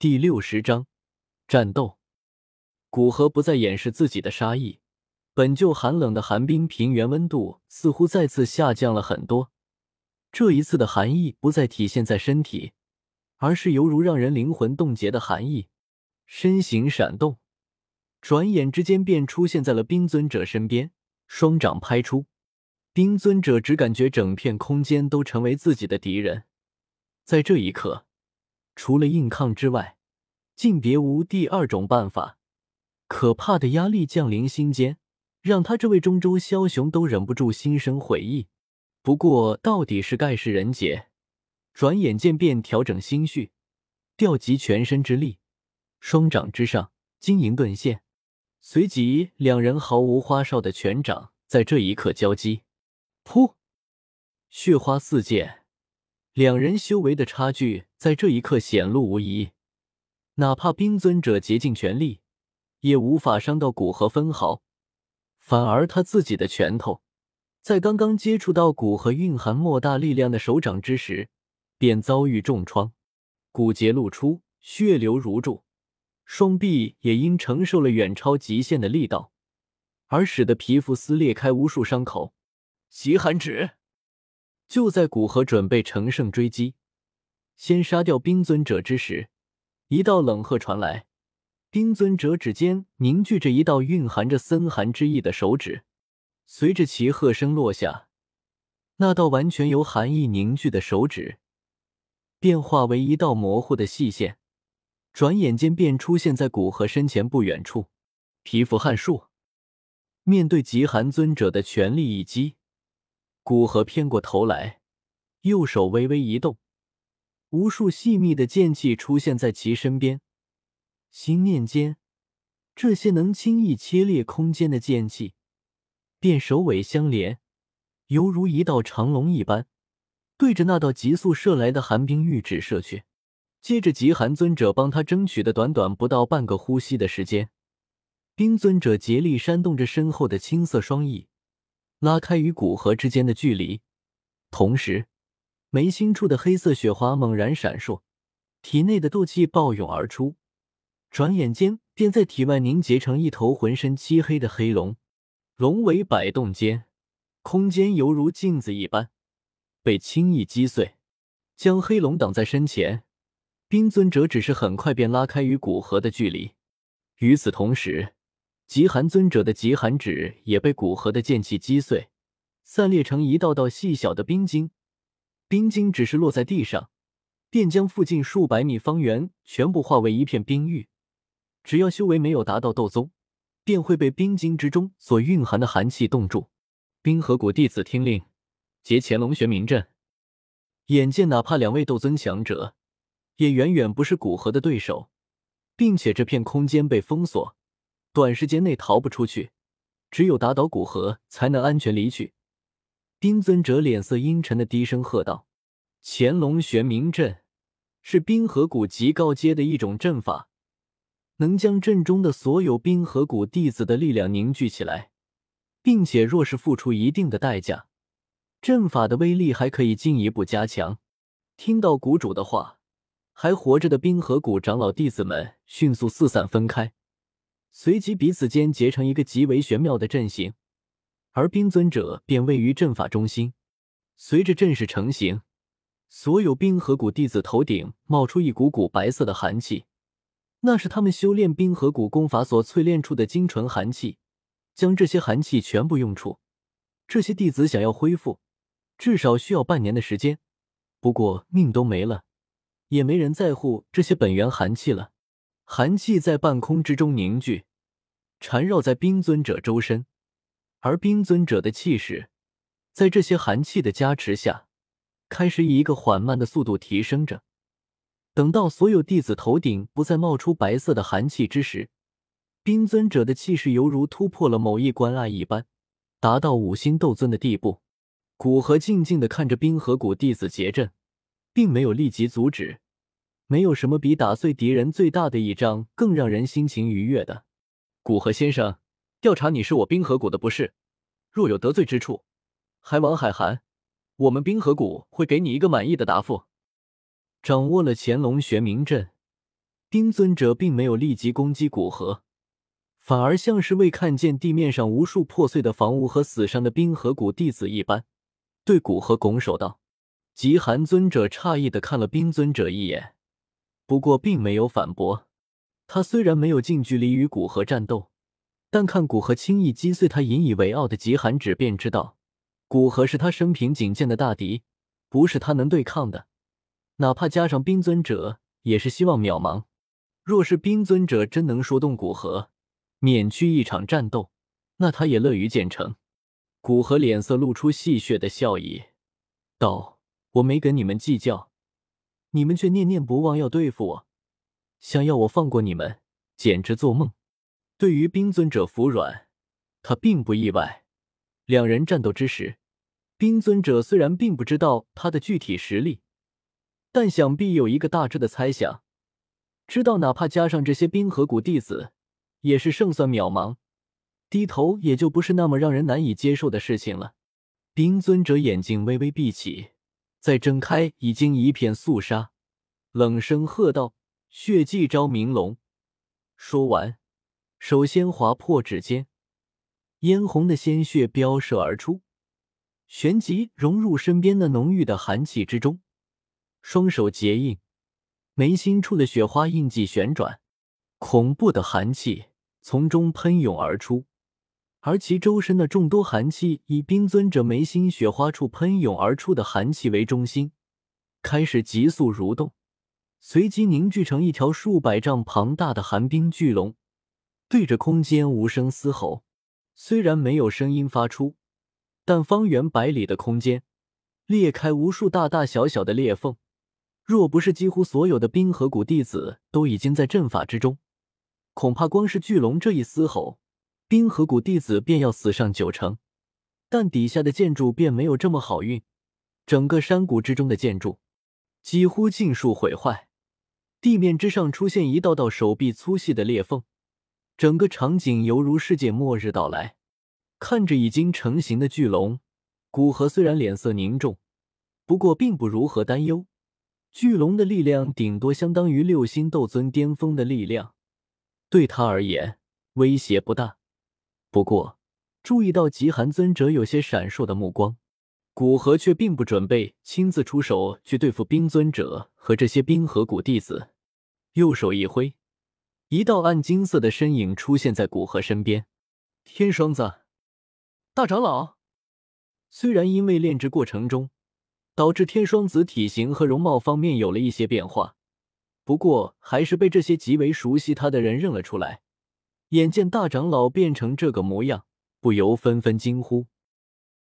第60章战斗。古河不再掩饰自己的杀意，本就寒冷的寒冰平原温度似乎再次下降了很多。这一次的寒意不再体现在身体，而是犹如让人灵魂冻结的寒意。身形闪动，转眼之间便出现在了冰尊者身边，双掌拍出。冰尊者只感觉整片空间都成为自己的敌人。在这一刻，除了硬抗之外，竟别无第二种办法。可怕的压力降临心间，让他这位中州枭雄都忍不住心生悔意。不过到底是盖世人杰，转眼间便调整心绪，调集全身之力，双掌之上晶莹顿现。随即两人毫无花哨的拳掌在这一刻交击，噗，血花四溅。两人修为的差距在这一刻显露无遗，哪怕冰尊者竭尽全力，也无法伤到古河分毫。反而他自己的拳头，在刚刚接触到古河蕴含莫大力量的手掌之时，便遭遇重创，骨节露出，血流如注，双臂也因承受了远超极限的力道，而使得皮肤撕裂开无数伤口。极寒指！就在古河准备乘胜追击，先杀掉冰尊者之时，一道冷喝传来。冰尊者指尖凝聚着一道蕴含着森寒之意的手指，随着其喝声落下，那道完全由寒意凝聚的手指便化为一道模糊的细线，转眼间便出现在古河身前不远处。皮肤撼术。面对极寒尊者的全力一击，古河偏过头来，右手微微一动，无数细密的剑气出现在其身边。心念间，这些能轻易切裂空间的剑气便首尾相连，犹如一道长龙一般，对着那道急速射来的寒冰玉指射去。接着极寒尊者帮他争取的短短不到半个呼吸的时间，冰尊者竭力扇动着身后的青色双翼，拉开与古河之间的距离。同时眉心处的黑色雪花猛然闪烁，体内的斗气暴涌而出，转眼间便在体外凝结成一头浑身漆黑的黑龙。龙尾摆动间，空间犹如镜子一般被轻易击碎，将黑龙挡在身前。冰尊者只是很快便拉开与古河的距离。与此同时，极寒尊者的极寒指也被古河的剑气击碎，散裂成一道道细小的冰晶。冰晶只是落在地上，便将附近数百米方圆全部化为一片冰域。只要修为没有达到斗宗，便会被冰晶之中所蕴含的寒气冻住。冰河谷弟子听令，结乾龙玄冥阵。眼见哪怕两位斗尊强者，也远远不是古河的对手，并且这片空间被封锁，短时间内逃不出去，只有打倒古河才能安全离去。冰尊者脸色阴沉的低声喝道：乾龙玄冥阵是冰河谷极高阶的一种阵法，能将阵中的所有冰河谷弟子的力量凝聚起来，并且若是付出一定的代价，阵法的威力还可以进一步加强。听到谷主的话，还活着的冰河谷长老弟子们迅速四散分开，随即彼此间结成一个极为玄妙的阵型，而冰尊者便位于阵法中心。随着阵势成型，所有冰河谷弟子头顶冒出一股股白色的寒气，那是他们修炼冰河谷功法所淬炼出的精纯寒气。将这些寒气全部用出，这些弟子想要恢复，至少需要半年的时间。不过命都没了，也没人在乎这些本源寒气了。寒气在半空之中凝聚，缠绕在冰尊者周身，而冰尊者的气势在这些寒气的加持下，开始以一个缓慢的速度提升着。等到所有弟子头顶不再冒出白色的寒气之时，冰尊者的气势犹如突破了某一关隘一般，达到5星斗尊的地步。古河静静地看着冰河谷弟子结阵，并没有立即阻止。没有什么比打碎敌人最大的倚仗更让人心情愉悦的。古河先生，调查你是我冰河谷的不是，若有得罪之处，还望海涵，我们冰河谷会给你一个满意的答复。掌握了乾龙玄冥阵， 冰尊者并没有立即攻击古河，反而像是未看见地面上无数破碎的房屋和死伤的冰河谷弟子一般，对古河拱手道。极寒尊者诧异地看了冰尊者一眼，不过并没有反驳。他虽然没有近距离与古河战斗，但看古河轻易击碎他引以为傲的极寒指，便知道古河是他生平仅见的大敌，不是他能对抗的。哪怕加上冰尊者，也是希望渺茫。若是冰尊者真能说动古河，免去一场战斗，那他也乐于见成。古河脸色露出戏谑的笑意，道：“我没跟你们计较，你们却念念不忘要对付我，想要我放过你们，简直做梦。”对于冰尊者服软，他并不意外。两人战斗之时，冰尊者虽然并不知道他的具体实力，但想必有一个大致的猜想，知道哪怕加上这些冰河谷弟子，也是胜算渺茫，低头也就不是那么让人难以接受的事情了。冰尊者眼睛微微闭起，再睁开已经一片肃杀，冷声喝道：“血祭招明龙！”说完，手先划破指尖，嫣红的鲜血飙射而出，旋即融入身边那浓郁的寒气之中。双手结印，眉心处的雪花印记旋转，恐怖的寒气从中喷涌而出，而其周身的众多寒气以冰尊者眉心雪花处喷涌而出的寒气为中心，开始急速蠕动，随即凝聚成一条数百丈庞大的寒冰巨龙，对着空间无声嘶吼。虽然没有声音发出，但方圆百里的空间裂开无数大大小小的裂缝，若不是几乎所有的冰河谷弟子都已经在阵法之中，恐怕光是巨龙这一嘶吼，冰河谷弟子便要死上90%。但底下的建筑便没有这么好运，整个山谷之中的建筑几乎尽数毁坏，地面之上出现一道道手臂粗细的裂缝，整个场景犹如世界末日到来。看着已经成型的巨龙，古河虽然脸色凝重，不过并不如何担忧。巨龙的力量顶多相当于6星斗尊巅峰的力量，对他而言威胁不大。不过注意到极寒尊者有些闪烁的目光，古河却并不准备亲自出手去对付冰尊者和这些冰河谷弟子。右手一挥，一道暗金色的身影出现在古河身边。天双子，大长老。虽然因为炼制过程中导致天双子体型和容貌方面有了一些变化，不过还是被这些极为熟悉他的人认了出来。眼见大长老变成这个模样，不由纷纷惊呼。